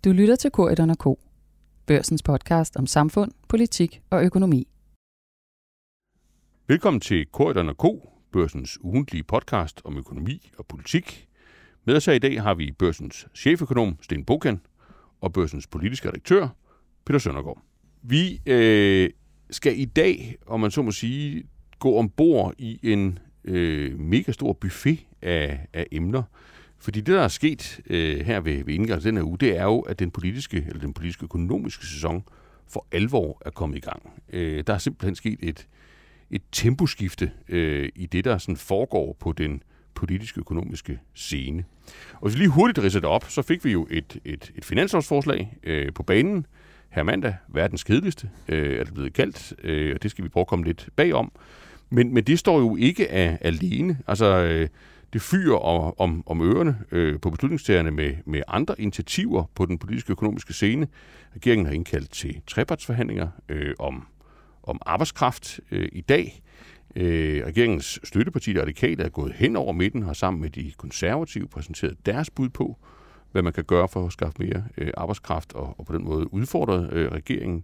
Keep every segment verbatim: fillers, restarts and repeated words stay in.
Du lytter til Corydon og Co., Børsens podcast om samfund, politik og økonomi. Velkommen til Corydon og Co., Børsens ugentlige podcast om økonomi og politik. Med os her i dag har vi Børsens cheføkonom Sten Bokan og Børsens politiske redaktør Peter Søndergaard. Vi øh, skal i dag, om man så må sige, gå ombord i en øh, mega stor buffet af, af emner. Fordi det, der er sket øh, her ved, ved indgangen til den her uge, det er jo, at den politiske eller den politiske økonomiske sæson for alvor er kommet i gang. Øh, der er simpelthen sket et, et temposkifte øh, i det, der sådan foregår på den politiske økonomiske scene. Og hvis vi lige hurtigt ridser det op, så fik vi jo et, et, et finanslovsforslag øh, på banen her mandag, verdens kedeligste, øh, er det blevet kaldt, øh, og det skal vi prøve at komme lidt bagom. Men, men det står jo ikke af, alene. Altså, øh, det fyrer om, om, om ørerne øh, på beslutningstagerne med, med andre initiativer på den politiske økonomiske scene. Regeringen har indkaldt til trepartsforhandlinger øh, om, om arbejdskraft øh, i dag. Øh, regeringens støtteparti, der Radikale, er gået hen over midten og har sammen med de konservative præsenteret deres bud på, hvad man kan gøre for at skaffe mere øh, arbejdskraft og, og på den måde udfordret øh, regeringen.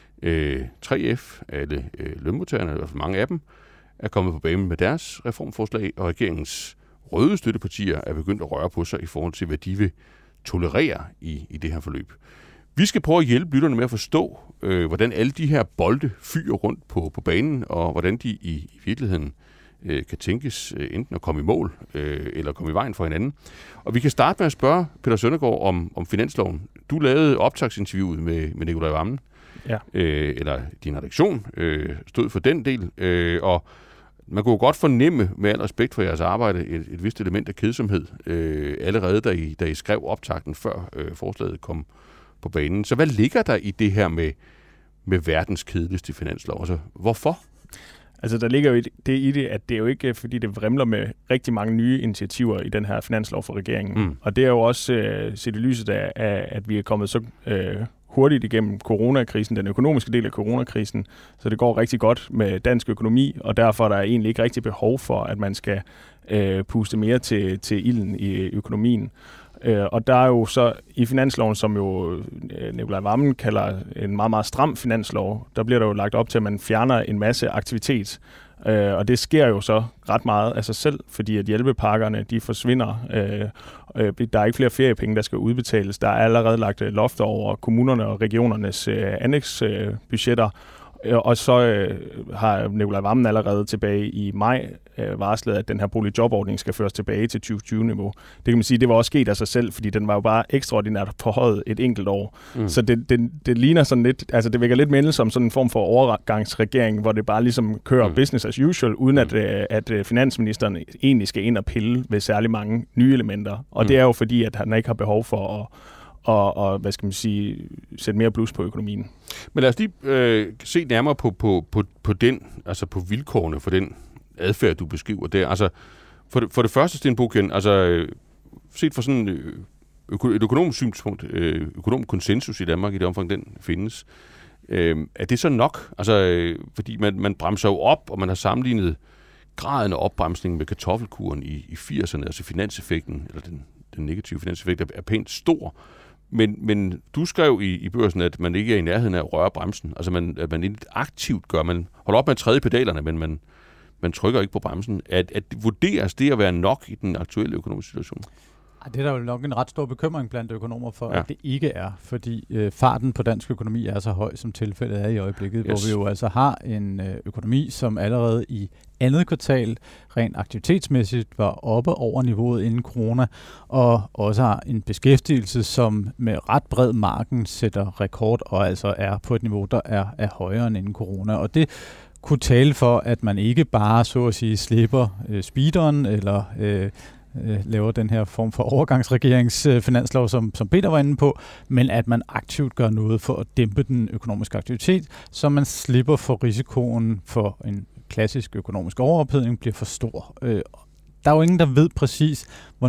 Øh, tre F, alle øh, lønmodtagerne, i hvert fald mange af dem, er kommet på banen med deres reformforslag, og regeringens røde støttepartier er begyndt at røre på sig i forhold til, hvad de vil tolerere i, i det her forløb. Vi skal prøve at hjælpe lytterne med at forstå, øh, hvordan alle de her bolde fyrer rundt på, på banen, og hvordan de i, i virkeligheden øh, kan tænkes øh, enten at komme i mål, øh, eller komme i vejen for hinanden. Og vi kan starte med at spørge Peter Søndergaard om, om finansloven. Du lavede optagsinterviewet med, med Nicolai Wammen, ja. øh, eller din redaktion øh, stod for den del, øh, og man kunne jo godt fornemme, med al respekt for jeres arbejde, et, et vist element af kedsomhed, øh, allerede da I, da I skrev optakten, før øh, forslaget kom på banen. Så hvad ligger der i det her med, med verdens kedeligste finanslov? Altså, hvorfor? Altså, der ligger jo det i det, at det er jo ikke, fordi det vrimler med rigtig mange nye initiativer i den her finanslov for regeringen. Mm. Og det er jo også øh, set i lyset af, af, at vi er kommet så øh, hurtigt igennem coronakrisen, den økonomiske del af coronakrisen, så det går rigtig godt med dansk økonomi, og derfor er der egentlig ikke rigtig behov for, at man skal øh, puste mere til, til ilden i økonomien. Øh, og der er jo så i finansloven, som jo øh, Nicolai Wammen kalder en meget, meget stram finanslov, der bliver der jo lagt op til, at man fjerner en masse aktivitet. Øh, og det sker jo så ret meget af sig selv, fordi at hjælpepakkerne, de forsvinder. Øh, øh, der er ikke flere feriepenge, der skal udbetales. Der er allerede lagt loft over kommunerne og regionernes øh, anlægsbudgetter. Øh, og så øh, har Nicolai Wammen allerede tilbage i maj øh, varslet, at den her boligjobordning skal føres tilbage til tyve tyve-niveau. Det kan man sige, det var også sket af sig selv, fordi den var jo bare ekstraordinært forhøjet et enkelt år. Mm. Så det, det, det ligner sådan lidt, altså det vækker lidt mindelse om sådan en form for overgangsregering, hvor det bare ligesom kører mm. business as usual, uden mm. at, at, at finansministeren egentlig skal ind og pille ved særlig mange nye elementer. Og mm. det er jo fordi, at han ikke har behov for at Og, og hvad skal man sige, sætte mere blus på økonomien. Men lad os lige øh, se nærmere på, på, på, på den, altså på vilkårene for den adfærd, du beskriver der. Altså, for det, for det første, Sten Bokan, altså øh, set fra sådan øh, øko, et økonomisk synspunkt, øh, økonomisk konsensus i Danmark, i det omfang den findes, øh, er det så nok? Altså, øh, fordi man, man bremser jo op, og man har sammenlignet graden af opbremsning med kartoffelkuren i, i firserne, altså finanseffekten, eller den, den negative finanseffekt, er, er pænt stor. Men, men du skrev i, i børsen, at man ikke er i nærheden af at røre bremsen. Altså, man, at man ikke aktivt gør. Man holder op med at træde pedalerne, men man, man trykker ikke på bremsen. At, at vurderes det at være nok i den aktuelle økonomiske situation? Det er der jo nok en ret stor bekymring blandt økonomer for, ja. at det ikke er. Fordi øh, farten på dansk økonomi er så høj, som tilfældet er i øjeblikket. Yes. Hvor vi jo altså har en øh, økonomi, som allerede i andet kvartal rent aktivitetsmæssigt var oppe over niveauet inden corona, og også har en beskæftigelse, som med ret bred marken sætter rekord, og altså er på et niveau, der er, er højere end inden corona. Og det kunne tale for, at man ikke bare, så at sige, slipper øh, speederen, eller øh, øh, laver den her form for overgangsregeringsfinanslov, øh, som, som Peter var inde på, men at man aktivt gør noget for at dæmpe den økonomiske aktivitet, så man slipper for risikoen for en klassisk økonomisk overophedning bliver for stor. Øh, der er jo ingen, der ved præcis, hvornår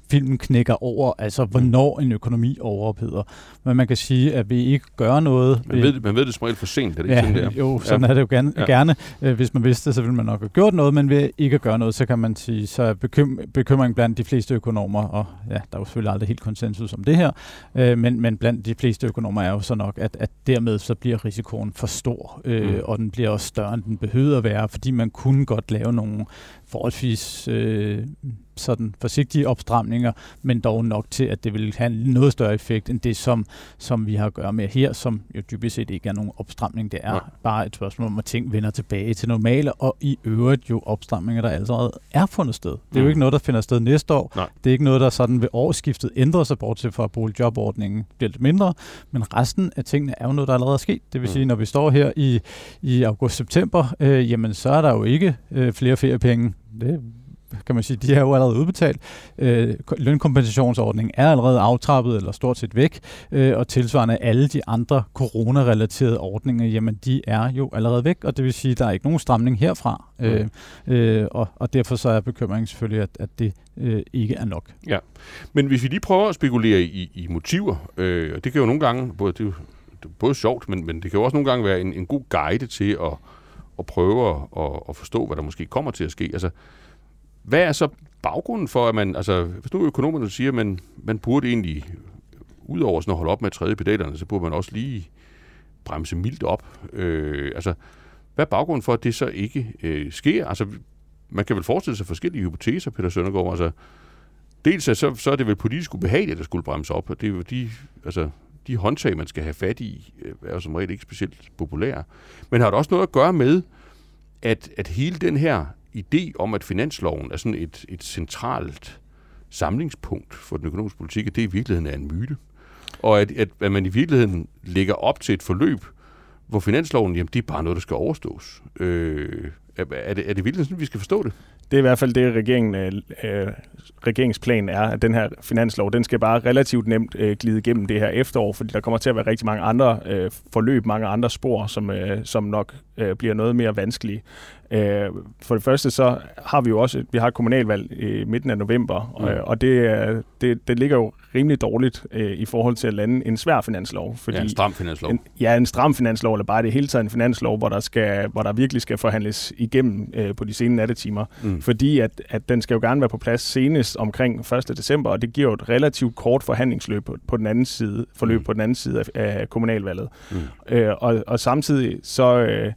filmen knækker over, altså hvornår en økonomi overopheder. Men man kan sige, at vi ikke gør noget. Man ved, man ved det som regel for sent, er det ikke ja, sådan, det er? Jo, sådan ja. er det jo gerne. Ja. gerne. Hvis man vidste det, så ville man nok have gjort noget, men ved ikke at gøre noget, så kan man sige, så er bekym- bekymring blandt de fleste økonomer, og ja, der er jo selvfølgelig aldrig helt konsensus om det her, øh, men, men blandt de fleste økonomer er jo så nok, at, at dermed så bliver risikoen for stor, øh, mm. og den bliver også større, end den behøver at være, fordi man kunne godt lave nogle forholdsvis øh, sådan forsigtige opstramninger, men dog nok til, at det vil have en noget større effekt, end det, som, som vi har at gøre med her, som jo dybest set ikke er nogen opstramning. Det er ja. bare et spørgsmål om, at ting vender tilbage til normale, og i øvrigt jo opstramninger, der allerede er fundet sted. Det er mm. jo ikke noget, der finder sted næste år. Nej. Det er ikke noget, der sådan ved årsskiftet ændrer sig, bortset fra, at boligjobordningen bliver lidt mindre, men resten af tingene er jo noget, der allerede er sket. Det vil mm. sige, når vi står her i, i august-september, øh, jamen så er der jo ikke øh, flere feriepenge. Det kan man sige, de er jo allerede udbetalt. Øh, lønkompensationsordningen er allerede aftrappet eller stort set væk, øh, og tilsvarende alle de andre corona-relaterede ordninger, jamen de er jo allerede væk, og det vil sige, at der er ikke nogen stramning herfra. Mm. Øh, øh, og, og derfor så er bekymringen selvfølgelig, at, at det øh, ikke er nok. Ja, men hvis vi lige prøver at spekulere i, i motiver, øh, og det kan jo nogle gange, både, det er jo, det er både sjovt, men, men det kan jo også nogle gange være en, en god guide til at, at prøve at, at forstå, hvad der måske kommer til at ske. Altså, hvad er så baggrunden for, at man, altså, hvis nu økonomerne siger, at man, man burde egentlig, udover sådan at holde op med tredje pedalerne, så burde man også lige bremse mildt op. Øh, altså, hvad er baggrunden for, at det så ikke øh, sker? Altså, man kan vel forestille sig forskellige hypoteser, Peter Søndergaard. Altså, dels er, så, så er det vel politisk ubehageligt, at der skulle bremse op, og det er jo de, altså, de håndtag, man skal have fat i, er jo som regel ikke specielt populære. Men har det også noget at gøre med, at, at hele den her idé om, at finansloven er sådan et, et centralt samlingspunkt for den økonomiske politik, at det i virkeligheden er en myte. Og at, at, at man i virkeligheden lægger op til et forløb, hvor finansloven, jamen det er bare noget, der skal overstås. Øh, er, er, det, er det virkelig sådan, vi skal forstå det? Det er i hvert fald det, regeringen, øh, regeringsplanen er, at den her finanslov, den skal bare relativt nemt øh, glide igennem det her efterår, fordi der kommer til at være rigtig mange andre øh, forløb, mange andre spor, som, øh, som nok øh, bliver noget mere vanskelige. Øh, for det første så har vi jo også, vi har et kommunalvalg i midten af november, mm. og, og det, det, det ligger jo rimelig dårligt øh, i forhold til at lande en svær finanslov. Fordi ja, en stram finanslov. En, ja, en stram finanslov, eller bare det hele taget en finanslov, hvor der, skal, hvor der virkelig skal forhandles igennem øh, på de sene nattetimer. Mm. Fordi at, at den skal jo gerne være på plads senest omkring første december, og det giver jo et relativt kort forhandlingsløb på, på den anden side, forløb mm. på den anden side af, af kommunalvalget. Mm. Øh, og, og samtidig så, øh,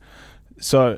så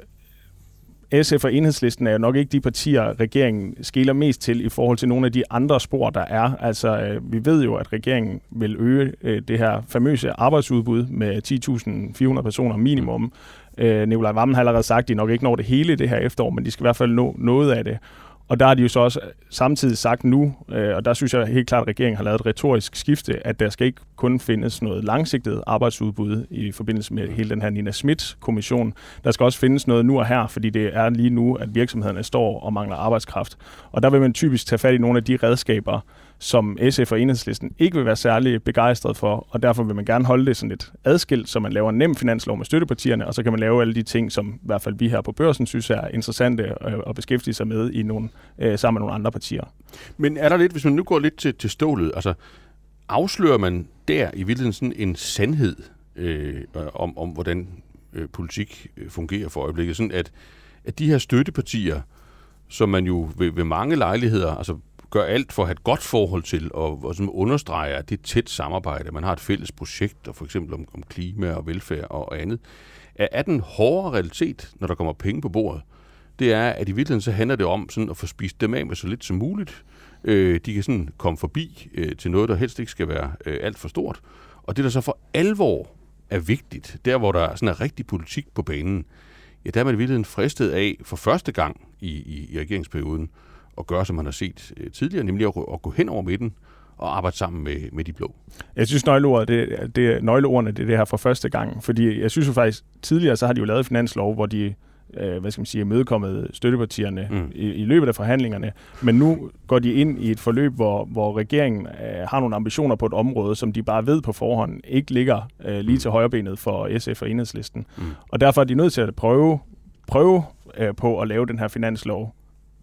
S F og Enhedslisten er jo nok ikke de partier, regeringen skeler mest til i forhold til nogle af de andre spor, der er. Altså, øh, vi ved jo, at regeringen vil øge øh, det her famøse arbejdsudbud med ti tusind fire hundrede personer minimum. Øh, Nicolai Wammen har allerede sagt, at de nok ikke når det hele det her efterår, men de skal i hvert fald nå noget af det. Og der har de jo så også samtidig sagt nu, øh, og der synes jeg helt klart, at regeringen har lavet et retorisk skifte, at der skal ikke kun findes noget langsigtet arbejdsudbud i forbindelse med hele den her Nina Schmidt-kommission. Der skal også findes noget nu og her, fordi det er lige nu, at virksomhederne står og mangler arbejdskraft. Og der vil man typisk tage fat i nogle af de redskaber, som S F og Enhedslisten ikke vil være særlig begejstret for, og derfor vil man gerne holde det sådan lidt adskilt, så man laver en nem finanslov med støttepartierne, og så kan man lave alle de ting, som i hvert fald vi her på Børsen synes er interessante at beskæftige sig med i nogle, øh, sammen med nogle andre partier. Men er der lidt, hvis man nu går lidt til, til stålet, altså afslører man der i virkeligheden sådan en sandhed øh, om, om, hvordan øh, politik fungerer for øjeblikket, sådan at, at de her støttepartier, som man jo ved, ved mange lejligheder, altså gør alt for at have et godt forhold til, og, og som understreger, at det er tæt samarbejde. Man har et fælles projekt, og for eksempel om, om klima og velfærd og andet. Er, er den hårde realitet, når der kommer penge på bordet, det er, at i virkeligheden så handler det om sådan at få spist dem af med så lidt som muligt. Øh, de kan sådan komme forbi øh, til noget, der helst ikke skal være øh, alt for stort. Og det, der så for alvor er vigtigt, der hvor der sådan er rigtig politik på banen, ja, der er man i virkeligheden fristet af for første gang i, i, i regeringsperioden, og gøre, som man har set øh, tidligere, nemlig at, at gå hen over midten og arbejde sammen med, med de blå. Jeg synes, nøgleordet, det, det, nøgleordene det er det her for første gang, fordi jeg synes jo faktisk, tidligere så har de jo lavet finanslov, hvor de øh, hvad skal man sige, mødekommet støttepartierne mm. i, i løbet af forhandlingerne, men nu går de ind i et forløb, hvor, hvor regeringen øh, har nogle ambitioner på et område, som de bare ved på forhånd ikke ligger øh, lige til højrebenet for S F og Enhedslisten. Mm. Og derfor er de nødt til at prøve, prøve øh, på at lave den her finanslov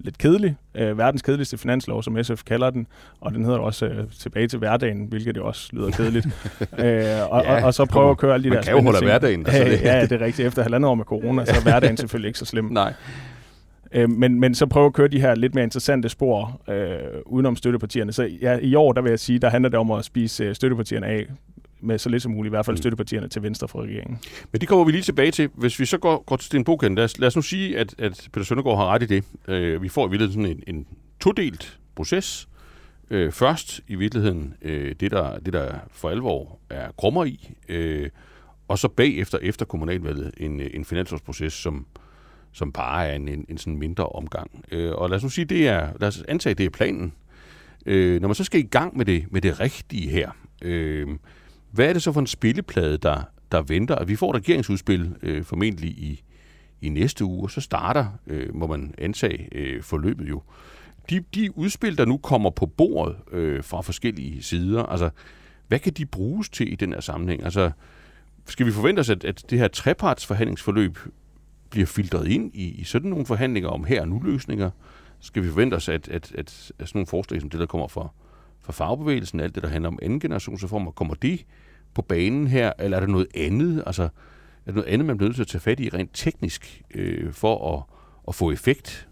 lidt kedelig. Øh, verdens kedeligste finanslov, som S F kalder den, og den hedder også øh, tilbage til hverdagen, hvilket det også lyder kedeligt. øh, og, ja, og, og så prøve at køre alle de man der kan jo holde hverdagen. Altså det. Ja, det er rigtigt. Efter halvandet år med corona, så er hverdagen selvfølgelig ikke så slem. Nej. Øh, men, men så prøve at køre de her lidt mere interessante spor øh, udenom støttepartierne. Så ja, i år, der vil jeg sige, der handler det om at spise øh, støttepartierne af med så lidt som muligt, i hvert fald støttepartierne til venstre for regeringen. Men det kommer vi lige tilbage til. Hvis vi så går, går til Sten Boken, lad os, lad os nu sige, at, at Peter Søndergaard har ret i det. Øh, vi får i virkeligheden sådan en, en todelt proces. Øh, først i virkeligheden øh, det, der, det, der for alvor er krummer i, øh, og så bagefter, efter kommunalvalget, en, en finanslovsproces, som, som bare er en, en, en sådan mindre omgang. Øh, og lad os nu sige, det er, lad os antage, det er planen. Øh, når man så skal i gang med det, med det rigtige her, øh, hvad er det så for en spilleplade, der, der venter? At vi får et regeringsudspil øh, formentlig i, i næste uge, og så starter, øh, må man antage, øh, forløbet jo. De, de udspil, der nu kommer på bordet øh, fra forskellige sider, altså, hvad kan de bruges til i den her sammenhæng? Altså, skal vi forvente os, at, at det her trepartsforhandlingsforløb bliver filtreret ind i, i sådan nogle forhandlinger om her- og nu-løsninger? Skal vi forvente os, at, at, at, at sådan nogle forslag, som det, der kommer fra, fra fagbevægelsen, alt det, der handler om anden generationsreformer, kommer det på banen her, eller er der noget andet? Altså, er der noget andet, man bliver nødt til at tage fat i rent teknisk øh, for at, at få effekt?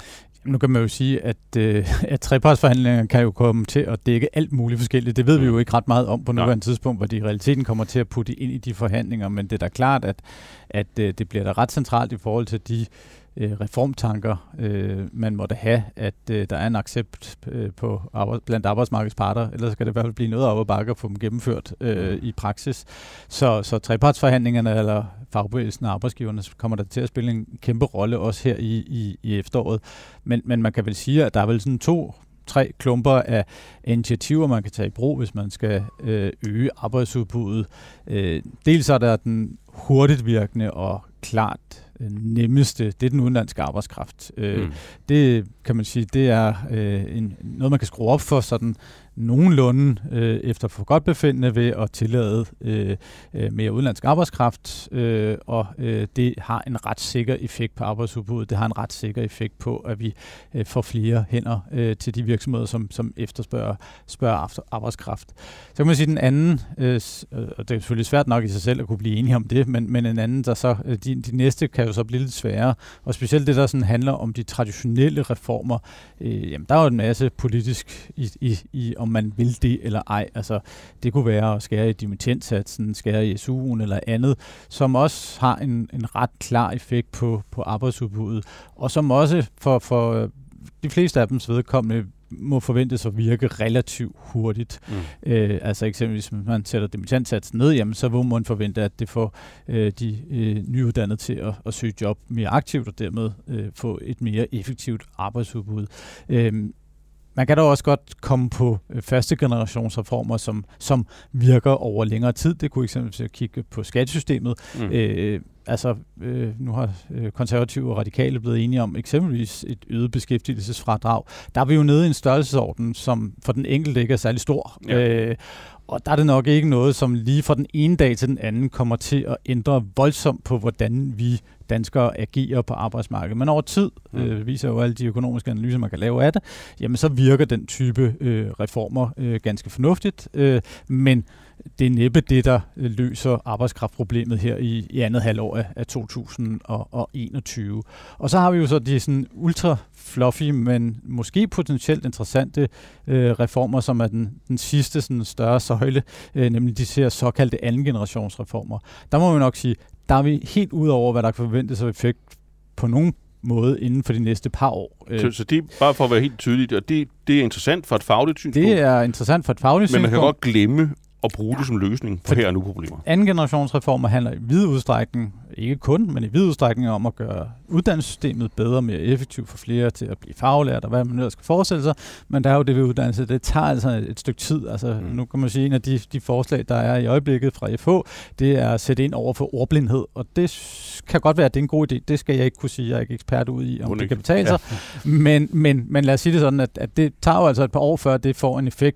Nu kan man jo sige, at, øh, at trepartsforhandlingerne kan jo komme til at dække alt muligt forskelligt. Det ved vi jo ikke ret meget om på nuværende tidspunkt, hvor de i realiteten kommer til at putte ind i de forhandlinger, men det er da klart, at, at øh, det bliver da ret centralt i forhold til de øh, reformtanker, øh, man måtte have, at øh, der er en accept øh, på arbejds, blandt arbejdsmarkedets parter, ellers skal det i hvert fald blive noget op ad bakke at få dem gennemført øh, i praksis. Så, så trepartsforhandlingerne eller fagbevægelsen og arbejdsgiverne kommer der til at spille en kæmpe rolle også her i, i, i efteråret. Men, men man kan vel sige, at der er vel sådan to tre klumper af initiativer, man kan tage i brug, hvis man skal øh, øge arbejdsudbuddet. Øh, dels er der den hurtigt virkende og klart øh, nemmeste, det er den udenlandske arbejdskraft. Øh, mm. Det kan man sige, det er øh, en, noget, man kan skrue op for sådan nogenlunde øh, efter forgodtbefindende ved at tillade øh, øh, mere udenlandsk arbejdskraft, øh, og øh, det har en ret sikker effekt på arbejdsudbuddet. Det har en ret sikker effekt på, at vi øh, får flere hænder øh, til de virksomheder, som, som efterspørger spørger arbejdskraft. Så kan man sige, den anden, øh, og det er selvfølgelig svært nok i sig selv at kunne blive enige om det, men, men en anden, der så, de, de næste kan jo så blive lidt sværere, og specielt det, der sådan handler om de traditionelle reformer, øh, jamen der er jo en masse politisk i, i, i om man vil det eller ej. Altså, det kunne være at skære i dimittendsatsen, skære i S U'en eller andet, som også har en, en ret klar effekt på, på arbejdsudbuddet, og som også for, for de fleste af dems vedkommende må forventes at virke relativt hurtigt. Mm. Øh, altså eksempelvis, hvis man sætter dimittendsatsen ned, jamen, så må man forvente, at det får øh, de øh, nyuddannede til at, at søge job mere aktivt, og dermed øh, få et mere effektivt arbejdsudbud. Øh, Man kan da også godt komme på første generationsreformer, som, som virker over længere tid. Det kunne eksempelvis kigge på skattesystemet. Mm. Øh, altså, øh, nu har øh, konservative og radikale blevet enige om eksempelvis et øget beskæftigelsesfradrag. Der er vi jo nede i en størrelsesorden, som for den enkelte ikke er særlig stor. Ja. Øh, og der er det nok ikke noget, som lige fra den ene dag til den anden kommer til at ændre voldsomt på, hvordan vi danskere agerer på arbejdsmarkedet. Men over tid, øh, viser jo alle de økonomiske analyser, man kan lave af det, jamen så virker den type øh, reformer øh, ganske fornuftigt, øh, men det er næppe det, der øh, løser arbejdskraftproblemet her i, i andet halvår af, af to tusind og enogtyve. Og så har vi jo så de sådan ultra fluffy, men måske potentielt interessante øh, reformer, som er den, den sidste sådan større søjle, øh, nemlig de her såkaldte anden generationsreformer. Der må vi nok sige, der er vi helt ud over, hvad der kan forventes af effekt på nogen måde inden for de næste par år. Så, så det er bare for at være helt tydeligt, og det, det er interessant for et fagligt synspunkt. Det er interessant for et fagligt synspunkt. Men man kan godt glemme at bruge ja. det som løsning på her og nu problemer. Anden generationsreformer handler i vid udstrækning, ikke kun, men i vid udstrækning om at gøre uddannelsessystemet bedre og mere effektivt for flere til at blive faglært og hvad man ellers skal forestille sig. Men der er jo det ved uddannelse, det tager altså et stykke tid. Altså, mm. Nu kan man sige, at en af de, de forslag, der er i øjeblikket fra F H, det er at sætte ind over for ordblindhed. Og det kan godt være, at det er en god idé. Det skal jeg ikke kunne sige. Jeg er ikke ekspert ud i, om Hun det ikke. kan betale sig. Ja. men, men, men lad os sige det sådan, at, at det tager jo altså et par år, før det får en effekt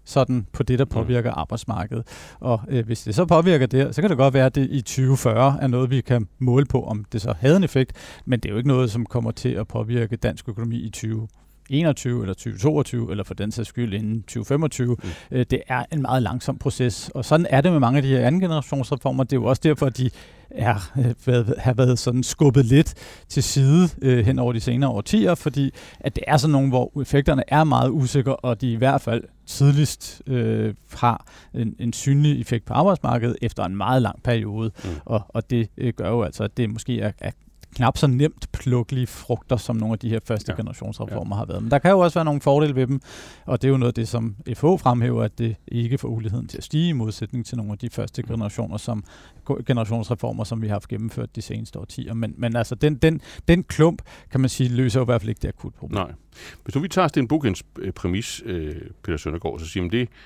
sådan på det, der påvirker arbejdsmarkedet. Og øh, hvis det så påvirker det, så kan det godt være, at det i tyve fyrre er noget, vi kan måle på, om det så havde en effekt, men det er jo ikke noget, som kommer til at påvirke dansk økonomi i tyve enogtyve eller tyve toogtyve, eller for den sags skyld inden tyve femogtyve. Mm. Det er en meget langsom proces, og sådan er det med mange af de her anden generationsreformer. Det er jo også derfor, at de er, har været sådan skubbet lidt til side øh, hen over de senere årtier, fordi at det er sådan nogle, hvor effekterne er meget usikre, og de i hvert fald tidligst øh, har en, en synlig effekt på arbejdsmarkedet efter en meget lang periode, mm. og, og det øh, gør jo altså, at det måske er, er knap så nemt plukkelige frugter, som nogle af de her første ja. generationsreformer ja. har været. Men der kan jo også være nogle fordele ved dem, og det er jo noget af det, som F H fremhæver, at det ikke får uligheden til at stige i modsætning til nogle af de første generationer, som, generationsreformer, som vi har haft gennemført de seneste årtier. Men, men altså, den, den, den klump, kan man sige, løser jo i hvert fald ikke det akut problem. Nej. Hvis nu vi tager Sten Bookens øh, præmis, øh, Peter Søndergaard, så siger man det,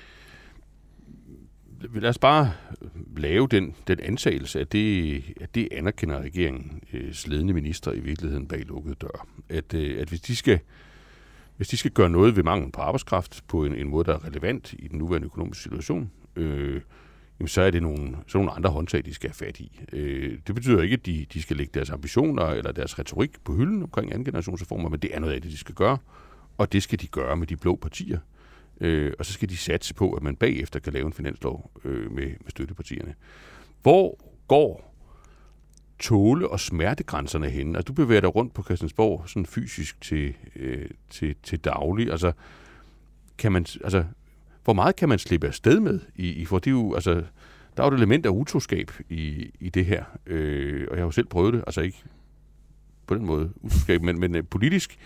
lad os bare lave den, den antagelse, at det, at det anerkender regeringen øh, ledende minister i virkeligheden bag lukkede dør. At, øh, at hvis, de skal, hvis de skal gøre noget ved manglen på arbejdskraft på en, en måde, der er relevant i den nuværende økonomiske situation, øh, jamen, så er det nogle, så nogle andre håndtag, de skal have fat i. Øh, det betyder ikke, at de, de skal lægge deres ambitioner eller deres retorik på hylden omkring anden generationsreformer, men det er noget af det, de skal gøre, og det skal de gøre med de blå partier. Øh, og så skal de satse på, at man bagefter kan lave en finanslov øh, med, med støttepartierne. Hvor går tåle- og smertegrænserne henne? Altså, du bevæger dig rundt på Christiansborg sådan fysisk til, øh, til, til daglig. Altså, kan man, altså, hvor meget kan man slippe afsted med? I, i, for det er jo, altså, der er jo et element af utroskab i, i det her. Øh, og jeg har jo selv prøvet det. Altså ikke på den måde utroskab, men, men øh, politisk.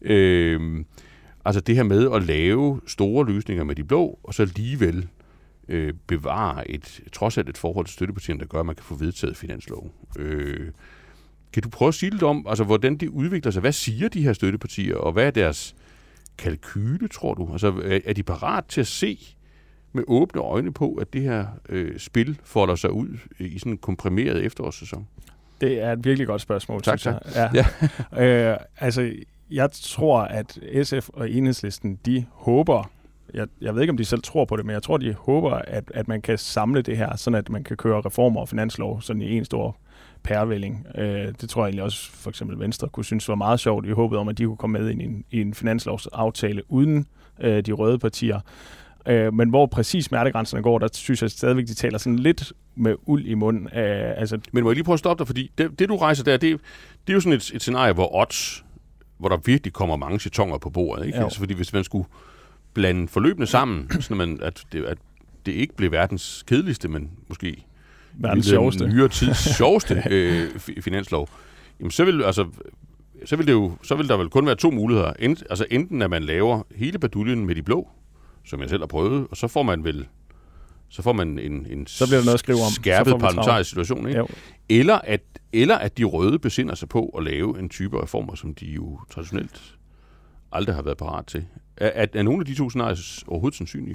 Øh, Altså det her med at lave store løsninger med de blå, og så alligevel øh, bevare et, trods alt et forhold til støttepartierne, der gør, at man kan få vedtaget finanslov. Øh, kan du prøve at sige lidt om, altså, hvordan det udvikler sig? Hvad siger de her støttepartier, og hvad er deres kalkyle, tror du? Altså, er, er de parat til at se med åbne øjne på, at det her øh, spil folder sig ud i sådan en komprimeret efterårssæson? Det er et virkelig godt spørgsmål. Tak, tak. Ja. Ja. øh, altså... Jeg tror, at S F og Enhedslisten, de håber, jeg, jeg ved ikke, om de selv tror på det, men jeg tror, de håber, at, at man kan samle det her, sådan at man kan køre reformer og finanslov sådan i en stor pærevælling. Øh, det tror jeg egentlig også, for eksempel Venstre kunne synes var meget sjovt. Vi håbede om, at de kunne komme med i en, i en finanslovsaftale uden øh, de røde partier. Øh, men hvor præcis smertegrænserne går, der synes jeg stadigvæk, de taler sådan lidt med uld i munden. Øh, altså. Men må jeg lige prøve at stoppe dig, fordi det, det du rejser der, det, det er jo sådan et, et scenarie, hvor odds, hvor der virkelig kommer mange jetonger på bordet, ikke? Altså, fordi hvis man skulle blande forløbene sammen, så man, at, det, at det ikke blev verdens kedeligste, men måske verdens sjoveste, nyere tids sjoveste øh, finanslov, jamen så vil altså så vil det jo så vil der vel kun være to muligheder. Ent, altså enten at man laver hele baduljen med de blå, som jeg selv har prøvet, og så får man vel så får man en, en så bliver der noget at skrive om. skærpet parlamentarisk situation, ikke? Eller at, eller at de røde besinder sig på at lave en type reformer, som de jo traditionelt aldrig har været parat til. Er, er, er nogle af de to scenarier overhovedet sandsynlige?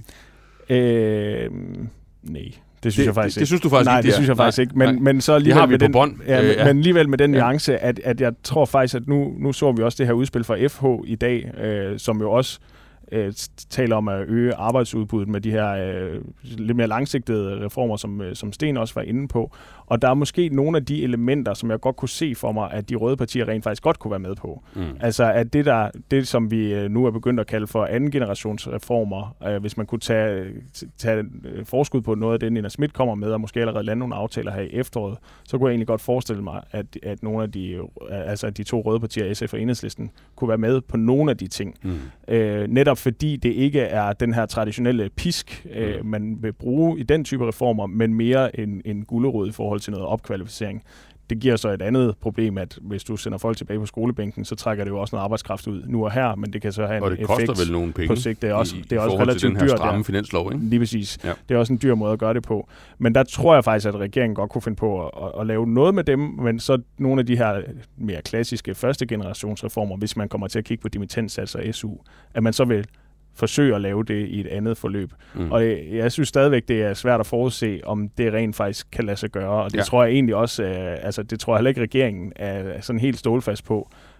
Øh, nej. Det synes det, jeg faktisk det, det synes du faktisk nej, ikke? Det synes jeg faktisk ikke. Men, men så alligevel har vi med på den, bånd. Ja, øh, men, ja. men alligevel med den nuance, ja. at, at jeg tror faktisk, at nu, nu så vi også det her udspil fra F H i dag, øh, som jo også øh, taler om at øge arbejdsudbuddet med de her øh, lidt mere langsigtede reformer, som, øh, som Sten også var inde på. Og der er måske nogle af de elementer, som jeg godt kunne se for mig, at de røde partier rent faktisk godt kunne være med på. Mm. Altså at det, der, det, som vi nu er begyndt at kalde for anden generations reformer, øh, hvis man kunne tage, tage forskud på noget af det, Nina Smith kommer med, og måske allerede lande nogle aftaler her i efteråret, så kunne jeg egentlig godt forestille mig, at, at nogle af de, altså de to røde partier, S F og Enhedslisten, kunne være med på nogle af de ting. Mm. Øh, netop fordi det ikke er den her traditionelle pisk, øh, mm. man vil bruge i den type reformer, men mere en, en gulerod i forhold til noget opkvalificering. Det giver så et andet problem, at hvis du sender folk tilbage på skolebænken, så trækker det jo også noget arbejdskraft ud nu og her, men det kan så have en effekt. Og det koster vel nogle penge på sigt. Det er også, i, det er også relativt relativt dyrt. Den her stramme der. finanslov, ikke? Lige præcis. Ja. Det er også en dyr måde at gøre det på. Men der tror jeg faktisk, at regeringen godt kunne finde på at, at, at lave noget med dem, men så nogle af de her mere klassiske første generationsreformer, hvis man kommer til at kigge på dimittenssatser og S U, at man så vil forsøge at lave det i et andet forløb. Mm. Og jeg, jeg synes stadigvæk, det er svært at forudse, om det rent faktisk kan lade sig gøre. Og det ja. tror jeg egentlig også, øh, altså det tror jeg heller ikke, regeringen er sådan helt stålfast på,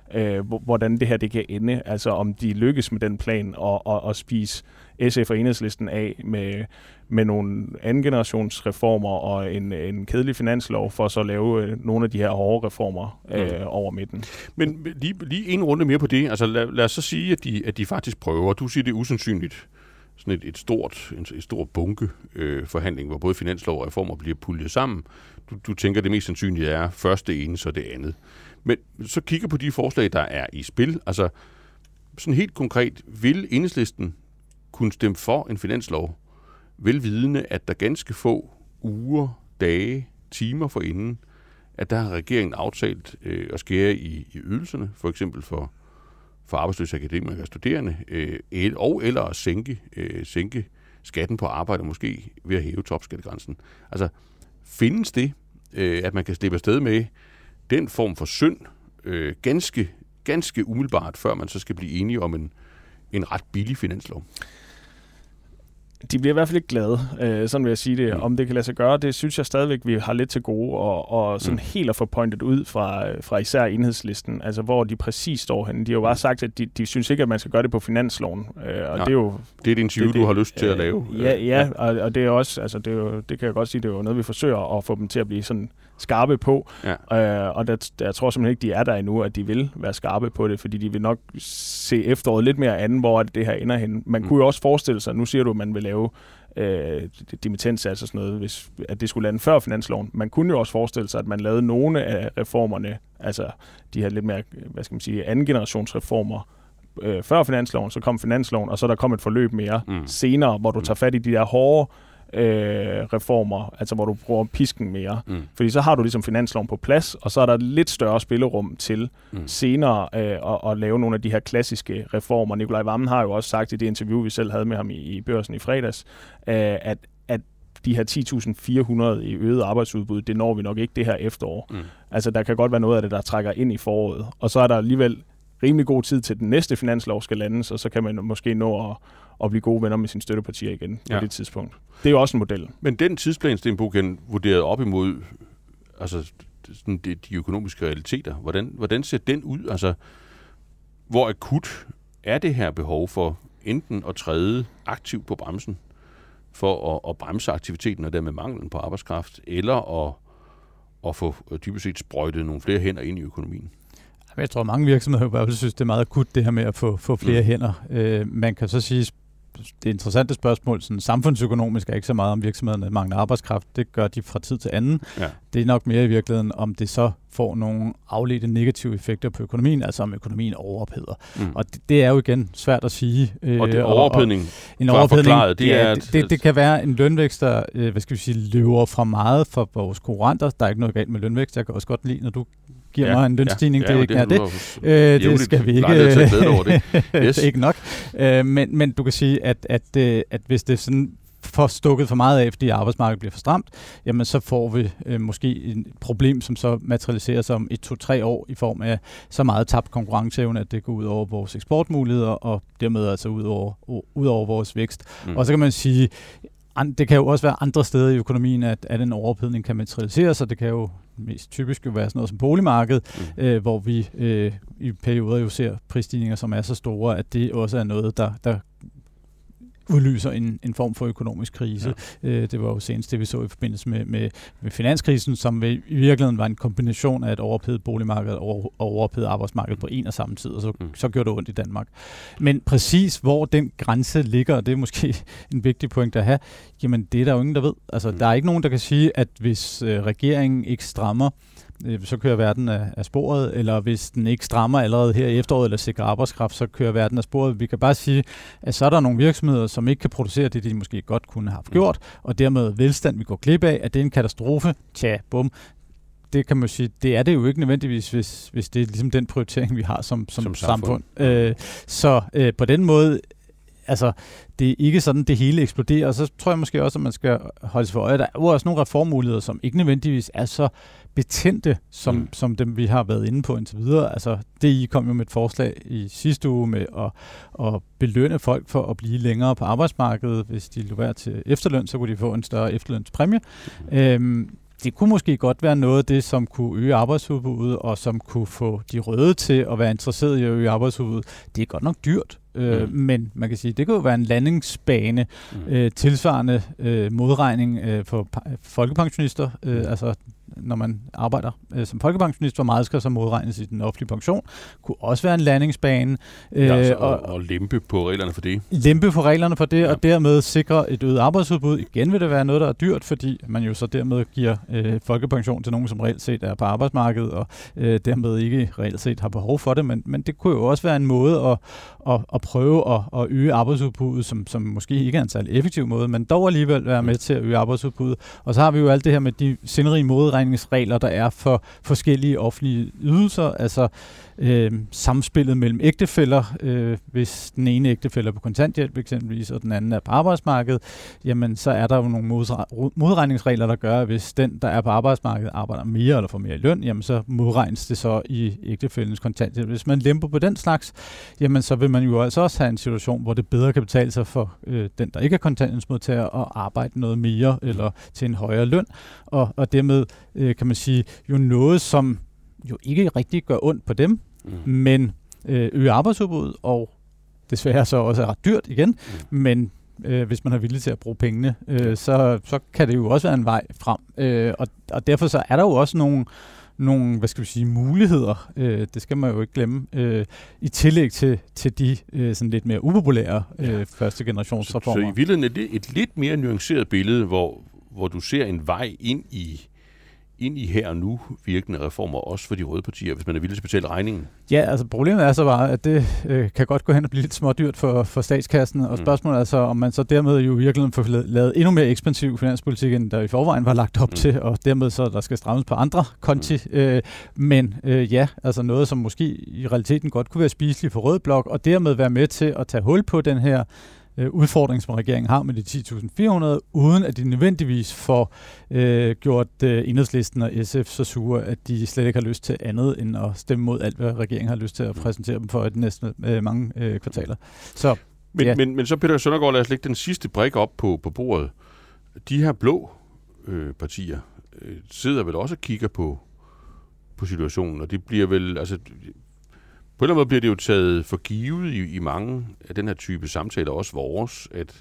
øh, hvordan det her det kan ende. Altså om de lykkes med den plan og, og, og spise S F og Enhedslisten af med, med nogle anden generations reformer og en, en kedelig finanslov for så at lave øh, nogle af de her hårde reformer øh, mm. over midten. Men lige, lige en runde mere på det. Altså lad, lad os så sige, at de, at de faktisk prøver. Du siger, det er usandsynligt. Sådan et, et stort, en, et stort bunke øh, forhandling, hvor både finanslov og reformer bliver puljet sammen. Du, du tænker, det mest sandsynlige er først det ene, så det andet. Men så kigger på de forslag, der er i spil. Altså sådan helt konkret, vil Enhedslisten kunne stemme for en finanslov, velvidende, at der ganske få uger, dage, timer forinden, at der har regeringen aftalt øh, at skære i, i ydelserne, for eksempel for, for arbejdsløse akademikere og studerende, øh, og eller at sænke, øh, sænke skatten på arbejde, måske ved at hæve topskattegrænsen. Altså, findes det, øh, at man kan slippe afsted med den form for synd, øh, ganske, ganske umiddelbart, før man så skal blive enige om en, en ret billig finanslov? De bliver i hvert fald ikke glade, øh, sådan vil jeg sige det. Mm. Om det kan lade sig gøre, det synes jeg stadigvæk, vi har lidt til gode, og, og sådan mm. helt at få pointet ud fra, fra især Enhedslisten, altså hvor de præcis står henne. De har jo bare sagt, at de, de synes ikke, at man skal gøre det på finansloven. Øh, og ja, det er jo det er et interview, det, du har lyst til øh, at lave. Ja, ja og, og det er også, altså det, er jo, det kan jeg godt sige, det er jo noget, vi forsøger at få dem til at blive sådan skarpe på. Ja. Øh, og der, jeg tror simpelthen ikke, de er der endnu, at de vil være skarpe på det, fordi de vil nok se efteråret lidt mere anden, hvor det her ender hen. Man mm. kunne jo også forestille sig, nu siger du, at man vil lave øh, dimittensats og sådan noget, hvis, at det skulle lande før finansloven. Man kunne jo også forestille sig, at man lavede nogle af reformerne, altså de her lidt mere, hvad skal man sige, anden generations reformer, øh, før finansloven, så kom finansloven, og så der kom et forløb mere mm. senere, hvor du tager fat i de der hårde Øh, reformer, altså hvor du bruger pisken mere. Mm. Fordi så har du ligesom finansloven på plads, og så er der lidt større spillerum til mm. senere øh, at, at lave nogle af de her klassiske reformer. Nikolaj Wammen har jo også sagt i det interview, vi selv havde med ham i, i Børsen i fredags, øh, at, at de her ti tusind fire hundrede i øget arbejdsudbud, det når vi nok ikke det her efterår. Mm. Altså der kan godt være noget af det, der trækker ind i foråret. Og så er der alligevel rimelig god tid til den næste finanslov skal landes, og så kan man måske nå at og blive gode venner med sine støttepartier igen på ja. det tidspunkt. Det er jo også en model. Men den tidsplan, Sten Bogen, vurderet op imod altså, sådan de, de økonomiske realiteter, hvordan, hvordan ser den ud? Altså, hvor akut er det her behov for enten at træde aktivt på bremsen for at, at bremse aktiviteten og dermed manglen på arbejdskraft, eller at, at få dybest set sprøjtet nogle flere hænder ind i økonomien? Jeg tror, mange virksomheder i hvert fald synes, det er meget akut, det her med at få, få flere mm. hænder. Øh, man kan så sige, det interessante spørgsmål, sådan samfundsøkonomisk er ikke så meget om virksomhederne mangler arbejdskraft. Det gør de fra tid til anden. Ja. Det er nok mere i virkeligheden, om det så får nogle afledte negative effekter på økonomien, altså om økonomien overopheder. Mm. Og det, det er jo igen svært at sige. Øh, og det er overophedning, og, og en overophedning, det, ja, er det, det, det kan være en lønvækst, der øh, hvad skal vi sige, løber fra meget for vores konkurrenter. Der er ikke noget galt med lønvækst. Jeg kan også godt lide, når du giver ja, mig en lønstigning. Ja, det, ja, det, det, det, øh, det skal vi ikke. Det. Yes. Det er ikke nok. Øh, men, men du kan sige, at, at, at, at hvis det sådan får stukket for meget af, fordi arbejdsmarkedet bliver for stramt, jamen så får vi øh, måske et problem, som så materialiserer sig om et, to, tre år i form af så meget tabt konkurrenceevne, at det går ud over vores eksportmuligheder, og dermed altså ud over, ud over vores vækst. Mm. Og så kan man sige, det kan jo også være andre steder i økonomien, at, at en overophedning kan materialiseres, og det kan jo mest typisk jo være sådan noget som boligmarkedet, mm. øh, hvor vi øh, i perioder jo ser prisstigninger, som er så store, at det også er noget, der, der udlyser en, en form for økonomisk krise. Ja. Øh, det var jo senest det, vi så i forbindelse med, med, med finanskrisen, som i virkeligheden var en kombination af et overophedet boligmarked og overophedet arbejdsmarked på en og samme tid, og så, mm. så gjorde det ondt i Danmark. Men præcis hvor den grænse ligger, og det er måske en vigtig point at have, jamen det er der jo ingen, der ved. Altså mm. der er ikke nogen, der kan sige, at hvis øh, regeringen ikke strammer, så kører verden af, af sporet, eller hvis den ikke strammer allerede her i efteråret, eller sikrer arbejdskraft, så kører verden af sporet. Vi kan bare sige, at så er der nogle virksomheder, som ikke kan producere det, de måske godt kunne have gjort, og dermed velstand, vi går glip af, at det er en katastrofe. Tja, bum. Det kan man sige, det er det jo ikke nødvendigvis, hvis, hvis det er ligesom den prioritering, vi har som, som, som samfund. samfund. Øh, så øh, på den måde, altså, det er ikke sådan, det hele eksploderer, og så tror jeg måske også, at man skal holde sig for øje. Der er jo også nogle reformmuligheder, som ikke nødvendigvis er så betændte, som, mm. som dem, vi har været inde på indtil videre. Altså, D I kom jo med et forslag i sidste uge med at, at belønne folk for at blive længere på arbejdsmarkedet. Hvis de lå være til efterløn, så kunne de få en større efterlønspræmie. Mm. Øhm, det kunne måske godt være noget af det, som kunne øge arbejdsudbuddet, og som kunne få de røde til at være interesseret i at øge arbejdsudbuddet. Det er godt nok dyrt. Øh, mm. Men man kan sige, det kan jo være en landingsbane, mm. øh, tilsvarende øh, modregning øh, for pa- folkepensionister, øh, mm. altså når man arbejder øh, som folkepensionist, hvor meget skal så modregnes i den offentlige pension, kunne også være en landingsbane. Øh, ja, og, og lempe på reglerne for det. Lempe på reglerne for det, ja. Og dermed sikre et øget arbejdsudbud. Igen vil det være noget, der er dyrt, fordi man jo så dermed giver øh, folkepension til nogen, som reelt set er på arbejdsmarkedet, og øh, dermed ikke reelt set har behov for det, men, men det kunne jo også være en måde at, at, at prøve at, at øge arbejdsudbuddet, som, som måske ikke er en særlig effektiv måde, men dog alligevel være med til at øge arbejdsudbuddet. Og så har vi jo alt det her med de sindrige modregningsregler, der er for forskellige offentlige ydelser, altså øh, samspillet mellem ægtefæller, øh, hvis den ene ægtefælle er på kontanthjælp eksempelvis, og den anden er på arbejdsmarkedet, jamen så er der jo nogle modregningsregler, der gør, at hvis den, der er på arbejdsmarkedet, arbejder mere eller får mere i løn, jamen så modregnes det så i ægtefællens kontanthjælp. Hvis man lemper på den slags, jamen så vil man jo altså også have en situation, hvor det bedre kan betale sig for øh, den, der ikke er kontanthjælpsmodtager, at arbejde noget mere eller til en højere løn, og, og dermed øh, kan man sige, jo noget, som jo ikke rigtig gør ondt på dem, mm. men øh, øger arbejdsudbuddet, og desværre så også er ret dyrt igen, mm. men øh, hvis man er villig til at bruge pengene, øh, så, så kan det jo også være en vej frem. Øh, og, og derfor så er der jo også nogle, nogle hvad skal vi sige, muligheder, øh, det skal man jo ikke glemme, øh, i tillæg til, til de øh, sådan lidt mere upopulære øh, første generationsreformer. Så, så i virkeligheden er det et lidt mere nuanceret billede, hvor, hvor du ser en vej ind i ind i her og nu virkende reformer, også for de røde partier, hvis man er villig til at betale regningen? Ja, altså problemet er så bare, at det øh, kan godt gå hen og blive lidt smådyrt for, for statskassen, og spørgsmålet er så, om man så dermed jo virkelig får lavet endnu mere ekspansiv finanspolitik, end der i forvejen var lagt op mm. til, og dermed så der skal strammes på andre konti. Mm. Øh, men øh, ja, altså noget, som måske i realiteten godt kunne være spiseligt for rød blok, og dermed være med til at tage hul på den her udfordring, som regeringen har med de ti tusind fire hundrede, uden at de nødvendigvis får øh, gjort øh, Enhedslisten og S F så sure, at de slet ikke har lyst til andet, end at stemme mod alt, hvad regeringen har lyst til at præsentere dem for i de næste øh, mange øh, kvartaler. Så, men, ja. men, men så Peter Søndergaard, lad os lægge den sidste brik op på, på bordet. De her blå øh, partier øh, sidder vel også og kigger på, på situationen, og det bliver vel, altså på en eller anden måde bliver det jo taget for givet i, i mange af den her type samtaler, også vores, at,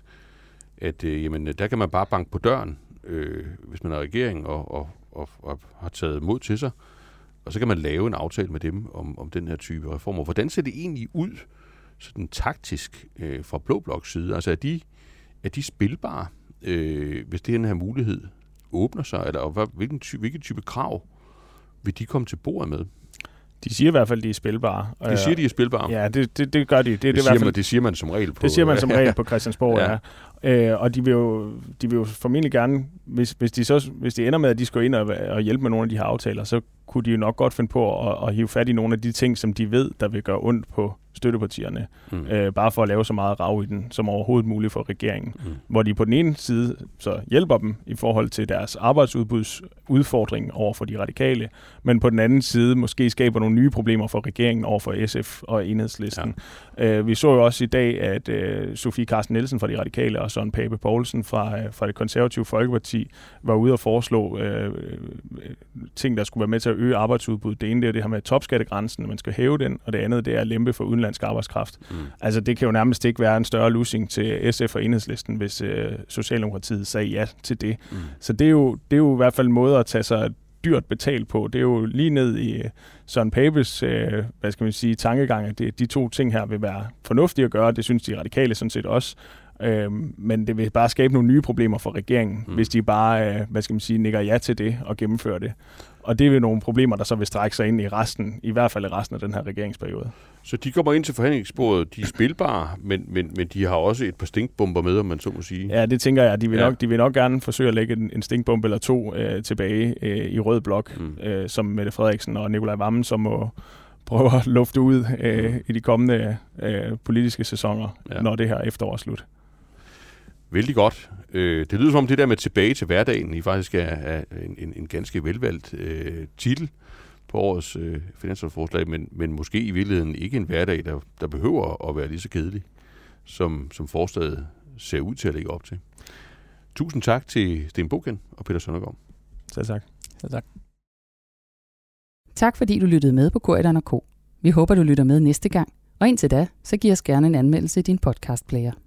at øh, jamen, der kan man bare banke på døren, øh, hvis man er regering og, og, og, og har taget mod til sig, og så kan man lave en aftale med dem om, om den her type reformer. Hvordan ser det egentlig ud, sådan taktisk, øh, fra Blå Bloks side? Altså er de, er de spilbare, øh, hvis den her mulighed åbner sig, eller og hvad, hvilken, ty, hvilken type krav vil de komme til bordet med? De siger i hvert fald, at de er spilbare. De siger, de er spilbare? Ja, det, det, det gør de. Det, det, det, det, siger, hvert fald, man, det siger man som regel på... Det siger man som regel på Christiansborg, ja. ja. Øh, og de vil, jo, de vil jo formentlig gerne, hvis, hvis, de så, hvis de ender med, at de skal ind og, og hjælpe med nogle af de her aftaler, så kunne de jo nok godt finde på at, at hive fat i nogle af de ting, som de ved, der vil gøre ondt på støttepartierne. Mm. Øh, bare for at lave så meget rav i den, som overhovedet muligt for regeringen. Mm. Hvor de på den ene side så hjælper dem i forhold til deres arbejdsudbudsudfordring over for de radikale, men på den anden side måske skaber nogle nye problemer for regeringen over for S F og Enhedslisten. Ja. Øh, vi så jo også i dag, at øh, Sofie Carsten Nielsen fra de radikale og Søren Pape Poulsen fra, øh, fra det konservative Folkeparti var ude og foreslå øh, ting, der skulle være med til at øge arbejdsudbuddet. Det ene det er det her med topskattegrænsen, man skal hæve den, og det andet det er at lempe for udenlandsk arbejdskraft. Mm. Altså det kan jo nærmest ikke være en større lussing til S F og Enhedslisten, hvis øh, Socialdemokratiet sagde ja til det. Mm. Så det er, jo, det er jo i hvert fald en måde at tage sig dyrt betalt på. Det er jo lige ned i Søren Papes, øh, hvad skal man sige, tankegang, at det, de to ting her vil være fornuftige at gøre. Det synes de radikale sådan set også. Øhm, men det vil bare skabe nogle nye problemer for regeringen, mm. hvis de bare, øh, hvad skal man sige, nikker ja til det og gennemfører det. Og det er jo nogle problemer, der så vil strække sig ind i resten, i hvert fald i resten af den her regeringsperiode. Så de kommer ind til forhandlingsbordet, de er spilbare, men, men, men de har også et par stinkbomber med, om man så må sige. Ja, det tænker jeg. De vil, ja. nok, de vil nok gerne forsøge at lægge en, en stinkbombe eller to øh, tilbage øh, i rød blok, mm. øh, som Mette Frederiksen og Nikolaj Wammen, som må prøve at lufte ud øh, mm. i de kommende øh, politiske sæsoner, ja. når det her efterår er slut. Vældig godt. Det lyder som om det der med tilbage til hverdagen i faktisk er en, en, en ganske velvalgt øh, titel på årets øh, finanslovsforslag, men, men måske i virkeligheden ikke en hverdag, der, der behøver at være lige så kedelig, som, som forslaget ser ud til at lægge op til. Tusind tak til Sten Boken og Peter Søndergaard. Selv tak. Selv tak. Tak fordi du lyttede med på Corydon og Co. Vi håber, du lytter med næste gang. Og indtil da, så giv os gerne en anmeldelse i din podcastplayer.